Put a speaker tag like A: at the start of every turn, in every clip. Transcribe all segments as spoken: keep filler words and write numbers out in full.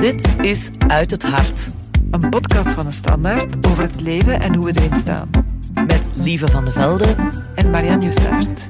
A: Dit is Uit het Hart.
B: Een podcast van de Standaard over het leven en hoe we erin staan.
A: Met Lieve van de Velde
B: en Marianne Justaert.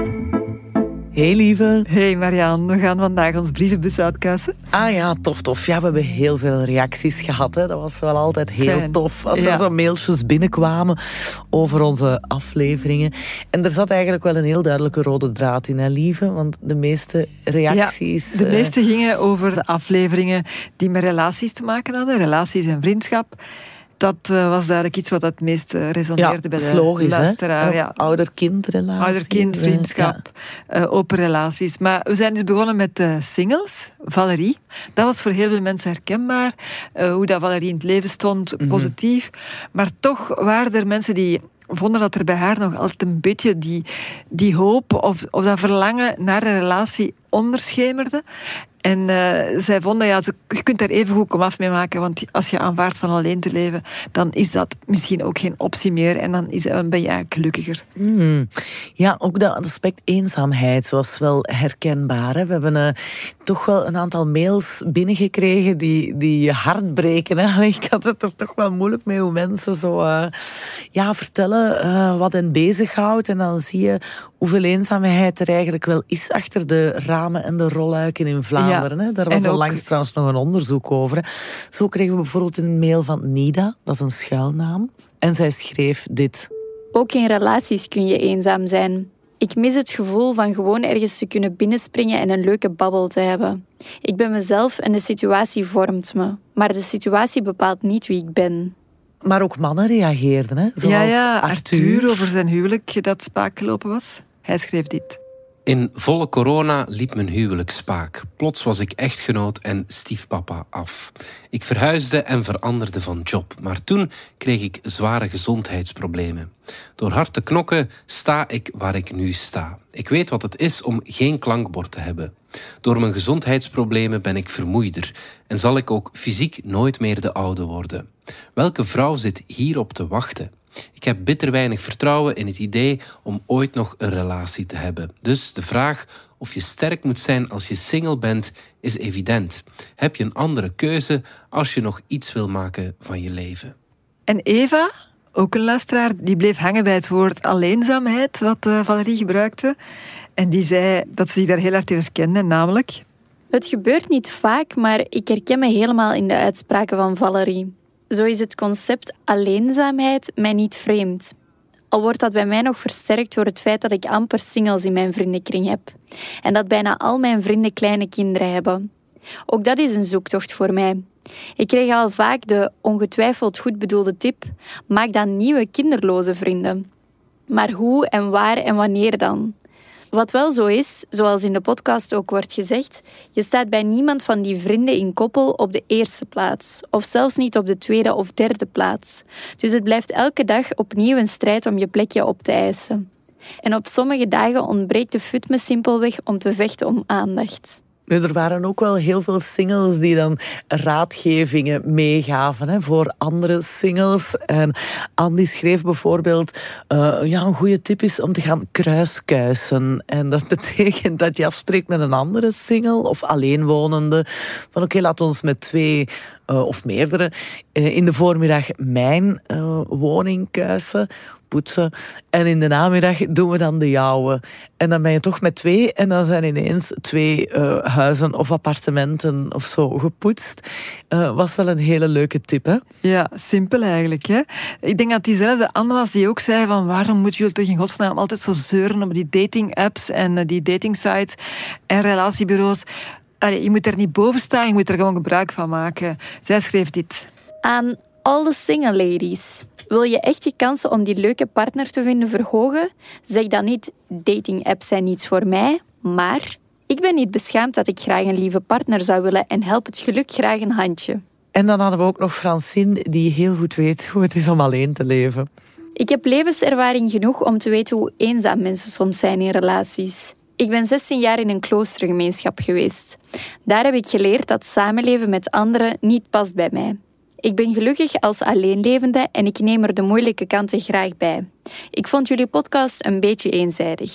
A: Hey Lieve.
B: Hey Marianne, we gaan vandaag ons brievenbus uitkuisen.
A: Ah ja, tof, tof. Ja, we hebben heel veel reacties gehad. Hè. Dat was wel altijd heel
B: Fijn.
A: tof. Als
B: ja.
A: er zo mailtjes binnenkwamen over onze afleveringen. En er zat eigenlijk wel een heel duidelijke rode draad in, hè, Lieve? Want de meeste reacties...
B: Ja, de meeste gingen over de afleveringen die met relaties te maken hadden. Relaties en vriendschap. Dat uh, was duidelijk iets wat het meest uh, resoneerde
A: ja,
B: bij de
A: logisch,
B: luisteraar.
A: Hè?
B: Ja.
A: Ouder-kindrelaties.
B: Ouder-kind, vriendschap, ja. uh, open relaties. Maar we zijn dus begonnen met uh, singles. Valerie. Dat was voor heel veel mensen herkenbaar. Uh, hoe dat Valerie in het leven stond, mm-hmm. positief. Maar toch waren er mensen die vonden dat er bij haar nog altijd een beetje die, die hoop of, of dat verlangen naar een relatie onderschemerde. En uh, zij vonden, ja, je kunt daar even goed komaf mee maken, want als je aanvaardt van alleen te leven, dan is dat misschien ook geen optie meer en dan, is, dan ben je eigenlijk gelukkiger.
A: Mm. Ja, ook dat aspect eenzaamheid was wel herkenbaar. Hè? We hebben uh, toch wel een aantal mails binnengekregen die, die je hart breken. Hè? Ik had het er toch wel moeilijk mee hoe mensen zo uh, ja, vertellen uh, wat hen bezighoudt. En dan zie je hoeveel eenzaamheid er eigenlijk wel is achter de ramen en de rolluiken in Vlaanderen. Ja, hè? Daar was onlangs ook trouwens nog een onderzoek over. Hè? Zo kregen we bijvoorbeeld een mail van Nida, dat is een schuilnaam. En zij schreef dit.
C: Ook in relaties kun je eenzaam zijn. Ik mis het gevoel van gewoon ergens te kunnen binnenspringen en een leuke babbel te hebben. Ik ben mezelf en de situatie vormt me. Maar de situatie bepaalt niet wie ik ben.
A: Maar ook mannen reageerden, hè? Zoals
B: ja, ja,
A: Arthur.
B: Arthur over zijn huwelijk dat spaak gelopen was. Hij schreef dit.
D: In volle corona liep mijn huwelijk spaak. Plots was ik echtgenoot en stiefpapa af. Ik verhuisde en veranderde van job. Maar toen kreeg ik zware gezondheidsproblemen. Door hard te knokken sta ik waar ik nu sta. Ik weet wat het is om geen klankbord te hebben. Door mijn gezondheidsproblemen ben ik vermoeider en zal ik ook fysiek nooit meer de oude worden. Welke vrouw zit hierop te wachten? Ik heb bitter weinig vertrouwen in het idee om ooit nog een relatie te hebben. Dus de vraag of je sterk moet zijn als je single bent, is evident. Heb je een andere keuze als je nog iets wil maken van je leven?
B: En Eva, ook een luisteraar, die bleef hangen bij het woord alleenzaamheid, wat uh, Valerie gebruikte. En die zei dat ze zich daar heel hard in herkende, namelijk...
C: Het gebeurt niet vaak, maar ik herken me helemaal in de uitspraken van Valerie. Zo is het concept alleenzaamheid mij niet vreemd. Al wordt dat bij mij nog versterkt door het feit dat ik amper singles in mijn vriendenkring heb. En dat bijna al mijn vrienden kleine kinderen hebben. Ook dat is een zoektocht voor mij. Ik kreeg al vaak de ongetwijfeld goed bedoelde tip: maak dan nieuwe kinderloze vrienden. Maar hoe en waar en wanneer dan? Wat wel zo is, zoals in de podcast ook wordt gezegd, je staat bij niemand van die vrienden in koppel op de eerste plaats. Of zelfs niet op de tweede of derde plaats. Dus het blijft elke dag opnieuw een strijd om je plekje op te eisen. En op sommige dagen ontbreekt de fut me simpelweg om te vechten om aandacht.
A: Er waren ook wel heel veel singles die dan raadgevingen meegaven, hè, voor andere singles. En Andy schreef bijvoorbeeld, uh, ja, een goede tip is om te gaan kruiskuisen. En dat betekent dat je afspreekt met een andere single of alleenwonende. Van oké, okay, laat ons met twee uh, of meerdere uh, in de voormiddag mijn uh, woning kuisen. Poetsen. En in de namiddag doen we dan de jouwe. En dan ben je toch met twee en dan zijn ineens twee uh, huizen of appartementen of zo gepoetst. Uh, was wel een hele leuke tip, hè?
B: Ja, simpel eigenlijk, hè? Ik denk dat diezelfde Anne was die ook zei van waarom moet je toch in godsnaam altijd zo zeuren op die dating-apps en uh, die datingsites en relatiebureaus. Allee, je moet er niet boven staan, je moet er gewoon gebruik van maken. Zij schreef dit.
C: Aan all the single ladies. Wil je echt je kansen om die leuke partner te vinden verhogen? Zeg dan niet, dating-apps zijn niets voor mij, maar ik ben niet beschaamd dat ik graag een lieve partner zou willen en help het geluk graag een handje.
A: En dan hadden we ook nog Francine, die heel goed weet hoe het is om alleen te leven.
C: Ik heb levenservaring genoeg om te weten hoe eenzaam mensen soms zijn in relaties. Ik ben zestien jaar in een kloostergemeenschap geweest. Daar heb ik geleerd dat samenleven met anderen niet past bij mij. Ik ben gelukkig als alleenlevende en ik neem er de moeilijke kanten graag bij. Ik vond jullie podcast een beetje eenzijdig.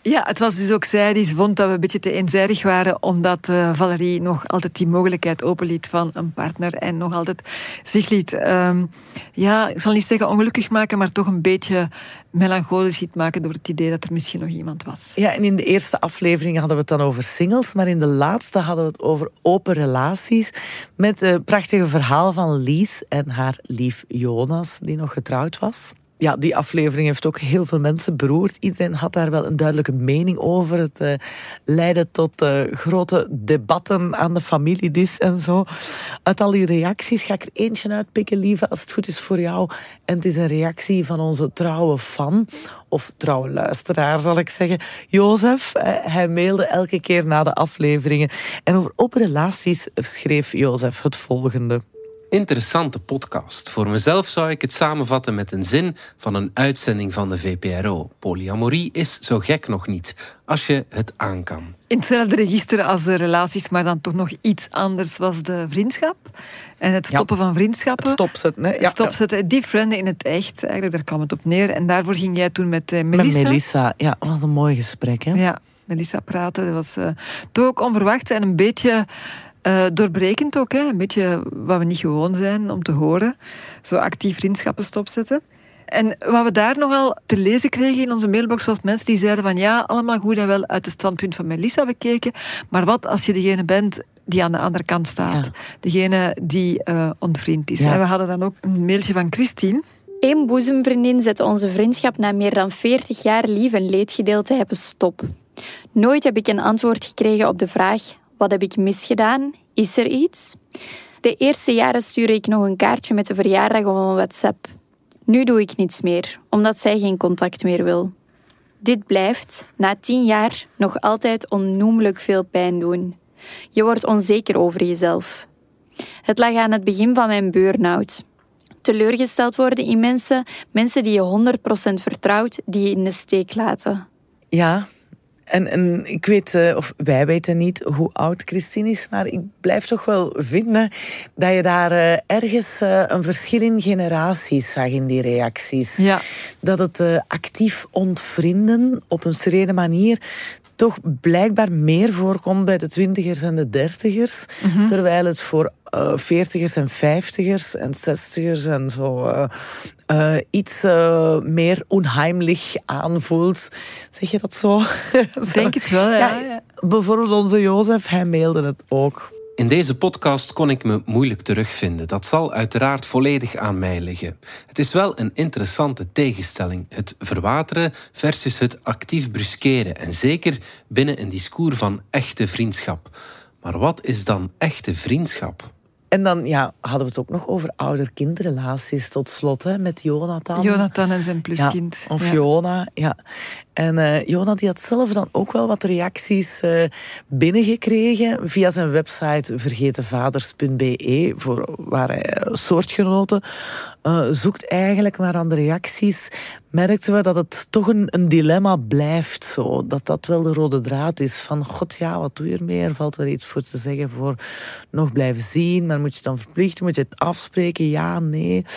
B: Ja, het was dus ook zij die vond dat we een beetje te eenzijdig waren, omdat uh, Valerie nog altijd die mogelijkheid openliet van een partner en nog altijd zich liet, um, ja, ik zal niet zeggen ongelukkig maken, maar toch een beetje melancholisch liet maken door het idee dat er misschien nog iemand was.
A: Ja, en in de eerste aflevering hadden we het dan over singles, maar in de laatste hadden we het over open relaties met het prachtige verhaal van Lies en haar lief Jonas, die nog getrouwd was. Ja, die aflevering heeft ook heel veel mensen beroerd. Iedereen had daar wel een duidelijke mening over. Het uh, leidde tot uh, grote debatten aan de familiedis en zo. Uit al die reacties ga ik er eentje uitpikken, lieve, als het goed is voor jou. En het is een reactie van onze trouwe fan, of trouwe luisteraar, zal ik zeggen. Jozef, hij mailde elke keer na de afleveringen. En over open relaties schreef Jozef het volgende.
D: Interessante podcast. Voor mezelf zou ik het samenvatten met een zin van een uitzending van de V P R O. Polyamorie is zo gek nog niet, als je het aan kan.
B: In hetzelfde register als de relaties, maar dan toch nog iets anders was de vriendschap. En het stoppen ja. van vriendschappen.
A: Het stopzetten, hè? Ja.
B: Stopzetten, die frienden in het echt. Eigenlijk, daar kwam het op neer. En daarvoor ging jij toen met uh, Melissa.
A: Met Melissa, ja. Wat een mooi gesprek, hè?
B: Ja, Melissa praten. Dat was uh, toch ook onverwacht en een beetje... Uh, doorbrekend ook, hè? Een beetje wat we niet gewoon zijn om te horen. Zo actief vriendschappen stopzetten. En wat we daar nogal te lezen kregen in onze mailbox was mensen die zeiden van ja, allemaal goed en wel uit het standpunt van Melissa bekeken, maar wat als je degene bent die aan de andere kant staat? Ja. Degene die uh, ontvriend is. Ja. En we hadden dan ook een mailtje van Christine.
C: Eén boezemvriendin zette onze vriendschap na meer dan veertig jaar lief en leedgedeeld te hebben stop. Nooit heb ik een antwoord gekregen op de vraag... Wat heb ik misgedaan? Is er iets? De eerste jaren stuurde ik nog een kaartje met de verjaardag op een WhatsApp. Nu doe ik niets meer, omdat zij geen contact meer wil. Dit blijft, na tien jaar, nog altijd onnoemelijk veel pijn doen. Je wordt onzeker over jezelf. Het lag aan het begin van mijn burn-out. Teleurgesteld worden in mensen, mensen die je honderd procent vertrouwt, die je in de steek laten.
A: Ja... En, en ik weet, uh, of wij weten niet hoe oud Christine is, maar ik blijf toch wel vinden dat je daar uh, ergens uh, een verschil in generaties zag in die reacties.
B: Ja.
A: Dat het uh, actief ontvrienden op een serene manier toch blijkbaar meer voorkomt bij de twintigers en de dertigers, mm-hmm. terwijl het voor uh, veertigers en vijftigers en zestigers en zo uh, uh, iets uh, meer onheimlich aanvoelt. Zeg je dat zo?
B: Ik denk het wel, ja. ja, ja.
A: Bijvoorbeeld onze Jozef, hij mailde het ook.
D: In deze podcast kon ik me moeilijk terugvinden. Dat zal uiteraard volledig aan mij liggen. Het is wel een interessante tegenstelling. Het verwateren versus het actief bruskeren. En zeker binnen een discours van echte vriendschap. Maar wat is dan echte vriendschap?
A: En dan ja, hadden we het ook nog over ouder-kindrelaties tot slot, hè, met Jonathan.
B: Jonathan en zijn pluskind.
A: Ja, of
B: ja.
A: Jona, ja. En uh, Jona die had zelf dan ook wel wat reacties uh, binnengekregen via zijn website vergetenvaders punt b e, voor waar hij uh, soortgenoten uh, zoekt eigenlijk. Maar aan de reacties merkten we dat het toch een, een dilemma blijft. Zo. Dat dat wel de rode draad is. Van, god ja, wat doe je ermee? Er valt wel iets voor te zeggen voor nog blijven zien. Maar moet je het dan verplichten? Moet je het afspreken? Ja, nee.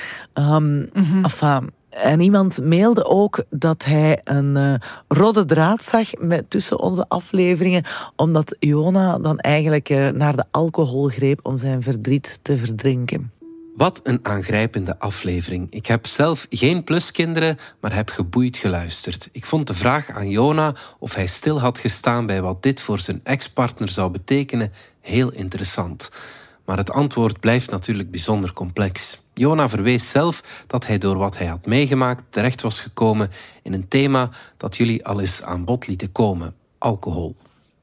A: Um, mm-hmm. Enfin... En iemand mailde ook dat hij een uh, rode draad zag met, tussen onze afleveringen, omdat Jona dan eigenlijk uh, naar de alcohol greep om zijn verdriet te verdrinken.
D: Wat een aangrijpende aflevering. Ik heb zelf geen pluskinderen, maar heb geboeid geluisterd. Ik vond de vraag aan Jona of hij stil had gestaan bij wat dit voor zijn ex-partner zou betekenen heel interessant. Maar het antwoord blijft natuurlijk bijzonder complex. Jona verwees zelf dat hij door wat hij had meegemaakt terecht was gekomen in een thema dat jullie al eens aan bod lieten komen: alcohol.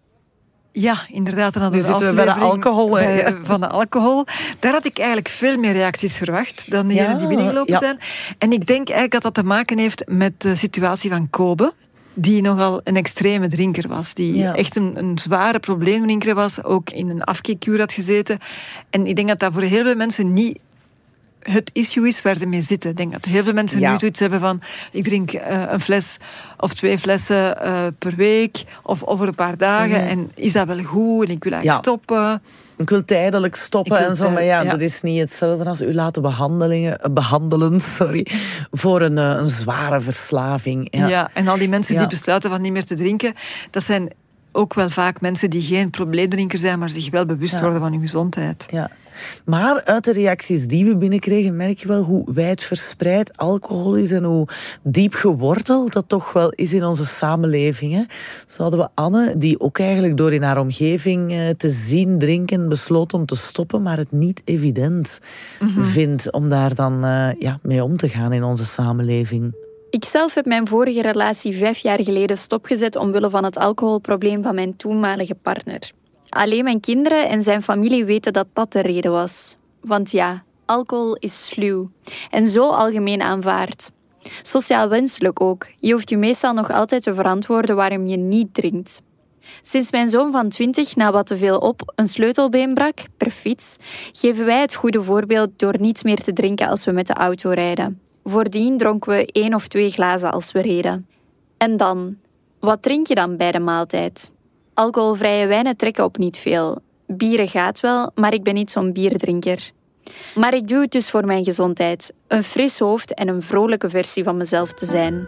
B: Ja, inderdaad. Dan hadden
A: nu zitten we bij de alcohol. Hè,
B: bij, van de alcohol. Daar had ik eigenlijk veel meer reacties verwacht dan diegenen ja, die binnengelopen ja. zijn. En ik denk eigenlijk dat dat te maken heeft met de situatie van Kobe, die nogal een extreme drinker was. Die ja. echt een, een zware probleemdrinker was. Ook in een afkikkuur had gezeten. En ik denk dat dat voor heel veel mensen niet het issue is waar ze mee zitten. Ik denk dat heel veel mensen
A: ja.
B: nu zoiets hebben van ik drink uh, een fles of twee flessen uh, per week of over een paar dagen. Mm. En is dat wel goed? En ik wil eigenlijk ja. stoppen.
A: Ik wil tijdelijk stoppen
B: wil
A: en zo, maar ja,
B: ja,
A: dat is niet hetzelfde als u laten behandelingen, behandelen sorry, voor een, een zware verslaving. Ja.
B: ja, en al die mensen
A: ja.
B: die besluiten van niet meer te drinken, dat zijn ook wel vaak mensen die geen probleemdrinker zijn, maar zich wel bewust ja. worden van hun gezondheid.
A: Ja. Maar uit de reacties die we binnenkregen merk je wel hoe wijdverspreid alcohol is en hoe diep geworteld dat toch wel is in onze samenleving. Hè. Zo hadden we Anne, die ook eigenlijk door in haar omgeving te zien drinken besloot om te stoppen, maar het niet evident mm-hmm. vindt om daar dan uh, ja, mee om te gaan in onze samenleving.
C: Ik zelf heb mijn vorige relatie vijf jaar geleden stopgezet omwille van het alcoholprobleem van mijn toenmalige partner. Alleen mijn kinderen en zijn familie weten dat dat de reden was. Want ja, alcohol is sluw. En zo algemeen aanvaard. Sociaal wenselijk ook. Je hoeft je meestal nog altijd te verantwoorden waarom je niet drinkt. Sinds mijn zoon van twintig na wat te veel op een sleutelbeen brak, per fiets, geven wij het goede voorbeeld door niet meer te drinken als we met de auto rijden. Voordien dronken we één of twee glazen als we reden. En dan, wat drink je dan bij de maaltijd? Alcoholvrije wijnen trekken op niet veel. Bieren gaat wel, maar ik ben niet zo'n bierdrinker. Maar ik doe het dus voor mijn gezondheid. Een fris hoofd en een vrolijke versie van mezelf te zijn.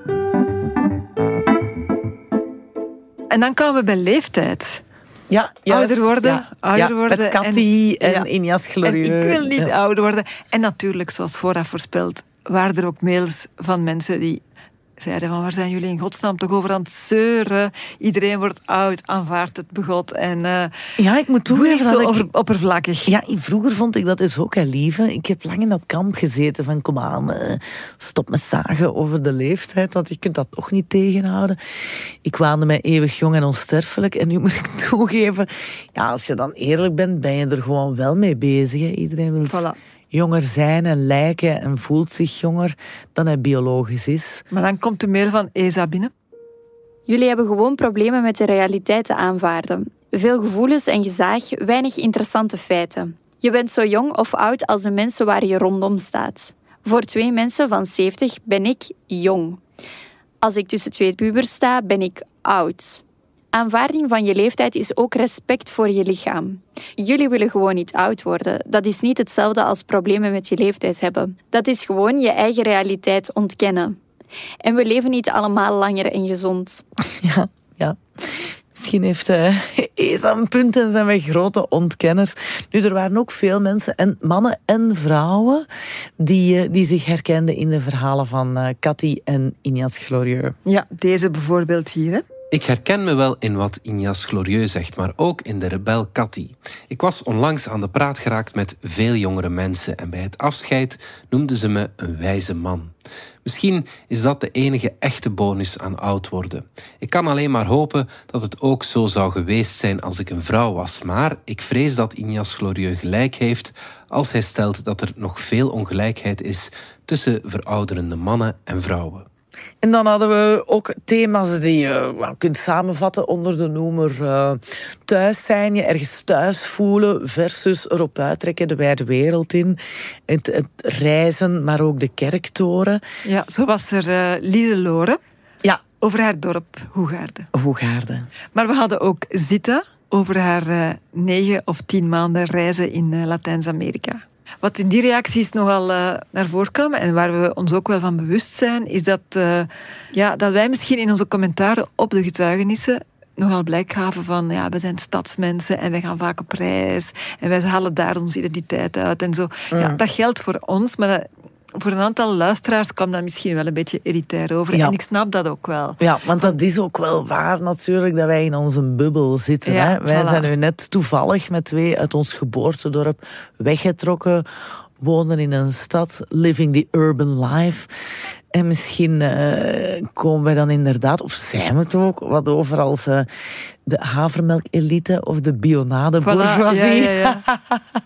B: En dan komen we bij leeftijd.
A: Ja, juist.
B: Ouder worden,
A: ja.
B: ouder
A: ja,
B: worden.
A: Met Cathy en, en
B: ja.
A: Injas Glorieux.
B: En ik wil niet
A: ja.
B: ouder worden. En natuurlijk, zoals vooraf voorspeld, waren er ook mails van mensen die zeiden van waar zijn jullie in godsnaam toch over aan het zeuren? Iedereen wordt oud, aanvaardt het begot. En uh,
A: ja, ik moet toegeven
B: dat
A: ik...
B: over, oppervlakkig.
A: Ja, vroeger vond ik dat dus ook, hè, lieve. Ik heb lang in dat kamp gezeten van kom aan, uh, stop met zagen over de leeftijd, want je kunt dat toch niet tegenhouden. Ik waande mij eeuwig jong en onsterfelijk. En nu moet ik toegeven, ja, als je dan eerlijk bent, ben je er gewoon wel mee bezig. Hè. Iedereen wil...
B: Voilà.
A: jonger zijn en lijken en voelt zich jonger dan hij biologisch is.
B: Maar dan komt de mail van Esa binnen.
C: Jullie hebben gewoon problemen met de realiteit te aanvaarden. Veel gevoelens en gezaag, weinig interessante feiten. Je bent zo jong of oud als de mensen waar je rondom staat. Voor twee mensen van zeventig ben ik jong. Als ik tussen twee pubers sta, ben ik oud. Aanvaarding van je leeftijd is ook respect voor je lichaam. Jullie willen gewoon niet oud worden. Dat is niet hetzelfde als problemen met je leeftijd hebben. Dat is gewoon je eigen realiteit ontkennen. En we leven niet allemaal langer en gezond.
A: Ja, ja. Misschien heeft uh, Esa een punt en zijn wij grote ontkenners. Nu, er waren ook veel mensen, en mannen en vrouwen, die, uh, die zich herkenden in de verhalen van uh, Cathy en Injas Glorieux.
B: Ja, deze bijvoorbeeld hier, hè.
D: Ik herken me wel in wat Injas Glorieux zegt, maar ook in de rebel Cathy. Ik was onlangs aan de praat geraakt met veel jongere mensen en bij het afscheid noemden ze me een wijze man. Misschien is dat de enige echte bonus aan oud worden. Ik kan alleen maar hopen dat het ook zo zou geweest zijn als ik een vrouw was, maar ik vrees dat Injas Glorieux gelijk heeft als hij stelt dat er nog veel ongelijkheid is tussen verouderende mannen en vrouwen.
A: En dan hadden we ook thema's die je uh, kunt samenvatten onder de noemer uh, thuis zijn, je ergens thuis voelen versus erop uittrekken, de wijde wereld in. Het, het reizen, maar ook de kerktoren.
B: Ja, zo was er uh, Lieselore.
A: Ja.
B: Over haar dorp Hoegaarden.
A: Hoegaarden.
B: Maar we hadden ook Zita over haar uh, negen of tien maanden reizen in uh, Latijns-Amerika. Wat in die reacties nogal uh, naar voren kwam en waar we ons ook wel van bewust zijn, is dat, uh, ja, dat wij misschien in onze commentaren op de getuigenissen nogal blijk gaven van, ja, we zijn stadsmensen en wij gaan vaak op reis en wij halen daar onze identiteit uit en zo. Mm. Ja, dat geldt voor ons, maar dat, voor een aantal luisteraars kwam dat misschien wel een beetje elitair over. Ja. En ik snap dat ook wel.
A: Ja, want dat is ook wel waar natuurlijk, dat wij in onze bubbel zitten.
B: Ja,
A: hè? Wij
B: voilà.
A: zijn nu net toevallig met twee uit ons geboortedorp weggetrokken, wonen in een stad, living the urban life. En misschien uh, komen wij dan inderdaad, of zijn we het ook, wat over als uh, de havermelk-elite of de bionade-bourgeoisie.
B: Voilà, ja, ja, ja.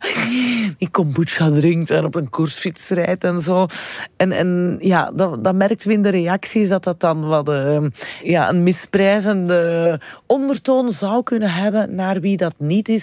A: Die kombucha drinkt en op een koersfiets rijdt en zo. En, en ja, dat, dat merken we in de reacties dat dat dan wat uh, ja, een misprijzende ondertoon zou kunnen hebben naar wie dat niet is.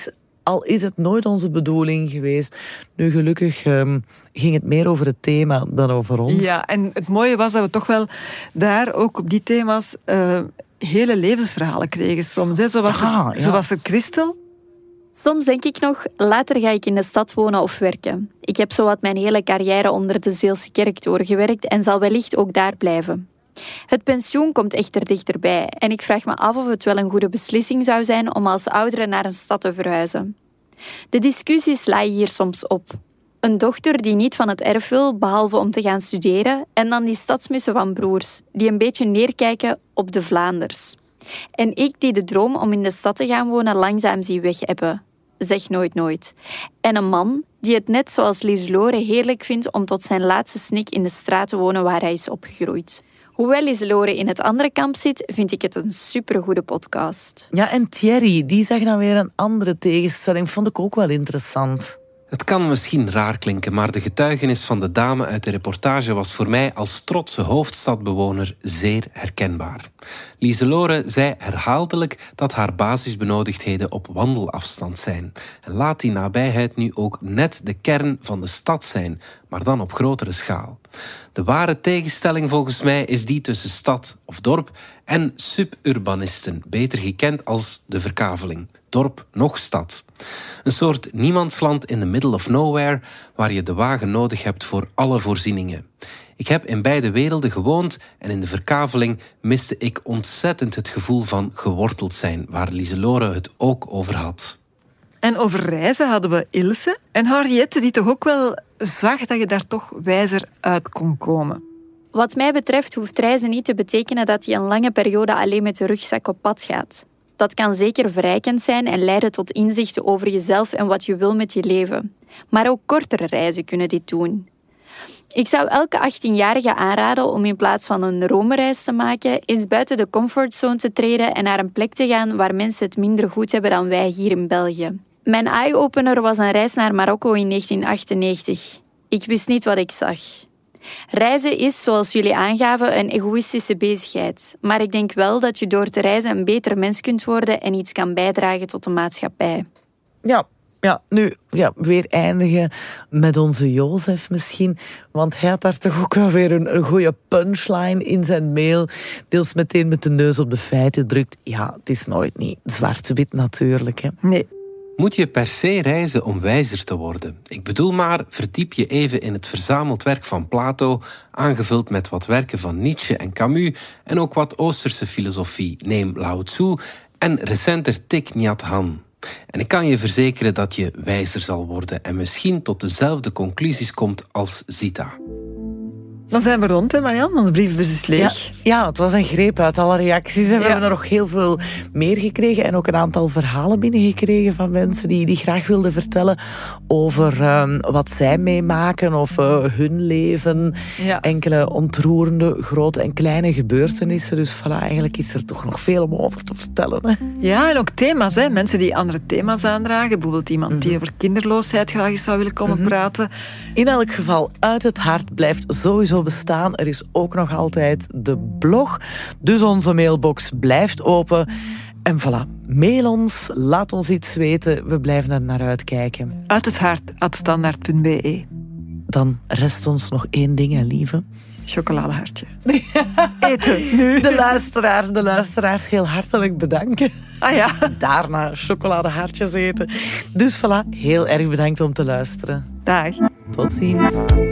A: Al is het nooit onze bedoeling geweest. Nu, gelukkig um, ging het meer over het thema dan over ons.
B: Ja, en het mooie was dat we toch wel daar ook op die thema's uh, hele levensverhalen kregen soms. Hè. Zo was,
A: ja,
B: er,
A: ja.
B: zo was er Christel.
C: Soms denk ik nog, later ga ik in de stad wonen of werken. Ik heb zowat mijn hele carrière onder de Zeelse kerk doorgewerkt en zal wellicht ook daar blijven. Het pensioen komt echter dichterbij en ik vraag me af of het wel een goede beslissing zou zijn om als oudere naar een stad te verhuizen. De discussies laaien hier soms op. Een dochter die niet van het erf wil, behalve om te gaan studeren, en dan die stadsmussen van broers, die een beetje neerkijken op de Vlaanders. En ik die de droom om in de stad te gaan wonen langzaam zie weghebben. Zeg nooit nooit. En een man die het net zoals Lieselore heerlijk vindt om tot zijn laatste snik in de straat te wonen waar hij is opgegroeid. Hoewel Lieselore in het andere kamp zit, vind ik het een supergoede podcast.
A: Ja, en Thierry, die zag dan weer een andere tegenstelling. Vond ik ook wel interessant.
D: Het kan misschien raar klinken, maar de getuigenis van de dame uit de reportage was voor mij als trotse hoofdstadbewoner zeer herkenbaar. Lieselore zei herhaaldelijk dat haar basisbenodigdheden op wandelafstand zijn. En laat die nabijheid nu ook net de kern van de stad zijn, maar dan op grotere schaal. De ware tegenstelling volgens mij is die tussen stad of dorp en suburbanisten, beter gekend als de verkaveling. Dorp nog stad. Een soort niemandsland in the middle of nowhere, waar je de wagen nodig hebt voor alle voorzieningen. Ik heb in beide werelden gewoond en in de verkaveling miste ik ontzettend het gevoel van geworteld zijn, waar Lieselore het ook over had.
B: En over reizen hadden we Ilse en Henriette, die toch ook wel zag dat je daar toch wijzer uit kon komen.
C: Wat mij betreft hoeft reizen niet te betekenen dat je een lange periode alleen met de rugzak op pad gaat. Dat kan zeker verrijkend zijn en leiden tot inzichten over jezelf en wat je wil met je leven. Maar ook kortere reizen kunnen dit doen. Ik zou elke achttienjarige aanraden om in plaats van een Rome-reis te maken, eens buiten de comfortzone te treden en naar een plek te gaan waar mensen het minder goed hebben dan wij hier in België. Mijn eye-opener was een reis naar Marokko in negentien achtennegentig. Ik wist niet wat ik zag. Reizen is, zoals jullie aangaven, een egoïstische bezigheid. Maar ik denk wel dat je door te reizen een beter mens kunt worden en iets kan bijdragen tot de maatschappij.
A: Ja, ja nu ja, weer eindigen met onze Jozef misschien. Want hij had daar toch ook wel weer een, een goede punchline in zijn mail. Deels meteen met de neus op de feiten drukt. Ja, het is nooit niet zwart-wit natuurlijk. Hè.
B: Nee.
D: Moet je per se reizen om wijzer te worden? Ik bedoel maar, verdiep je even in het verzameld werk van Plato, aangevuld met wat werken van Nietzsche en Camus en ook wat Oosterse filosofie, neem Lao Tzu en recenter Thich Nhat Hanh. En ik kan je verzekeren dat je wijzer zal worden en misschien tot dezelfde conclusies komt als Zita.
B: Dan zijn we rond, hè Marianne? Onze brievenbus is leeg.
A: Ja, ja, het was een greep uit alle reacties. En we
B: ja.
A: hebben er nog heel veel meer gekregen. En ook een aantal verhalen binnengekregen van mensen die, die graag wilden vertellen over um, wat zij meemaken of uh, hun leven.
B: Ja.
A: Enkele ontroerende, grote en kleine gebeurtenissen. Dus voilà, eigenlijk is er toch nog veel om over te vertellen. Hè?
B: Ja, en ook thema's. Hè. Mensen die andere thema's aandragen. Bijvoorbeeld iemand mm-hmm. die over kinderloosheid graag eens zou willen komen mm-hmm. praten.
A: In elk geval, Uit het Hart blijft sowieso bestaan. Er is ook nog altijd de blog. Dus onze mailbox blijft open. En voilà, mail ons, laat ons iets weten. We blijven er naar uitkijken.
B: Uit het hart, at standaard punt b e.
A: Dan rest ons nog één ding, hè, lieve.
B: Chocoladehartje. Eten nu.
A: De luisteraars, de luisteraars heel hartelijk bedanken.
B: Ah ja.
A: Daarna chocoladehartjes eten. Dus voilà, heel erg bedankt om te luisteren.
B: Dag.
A: Tot ziens.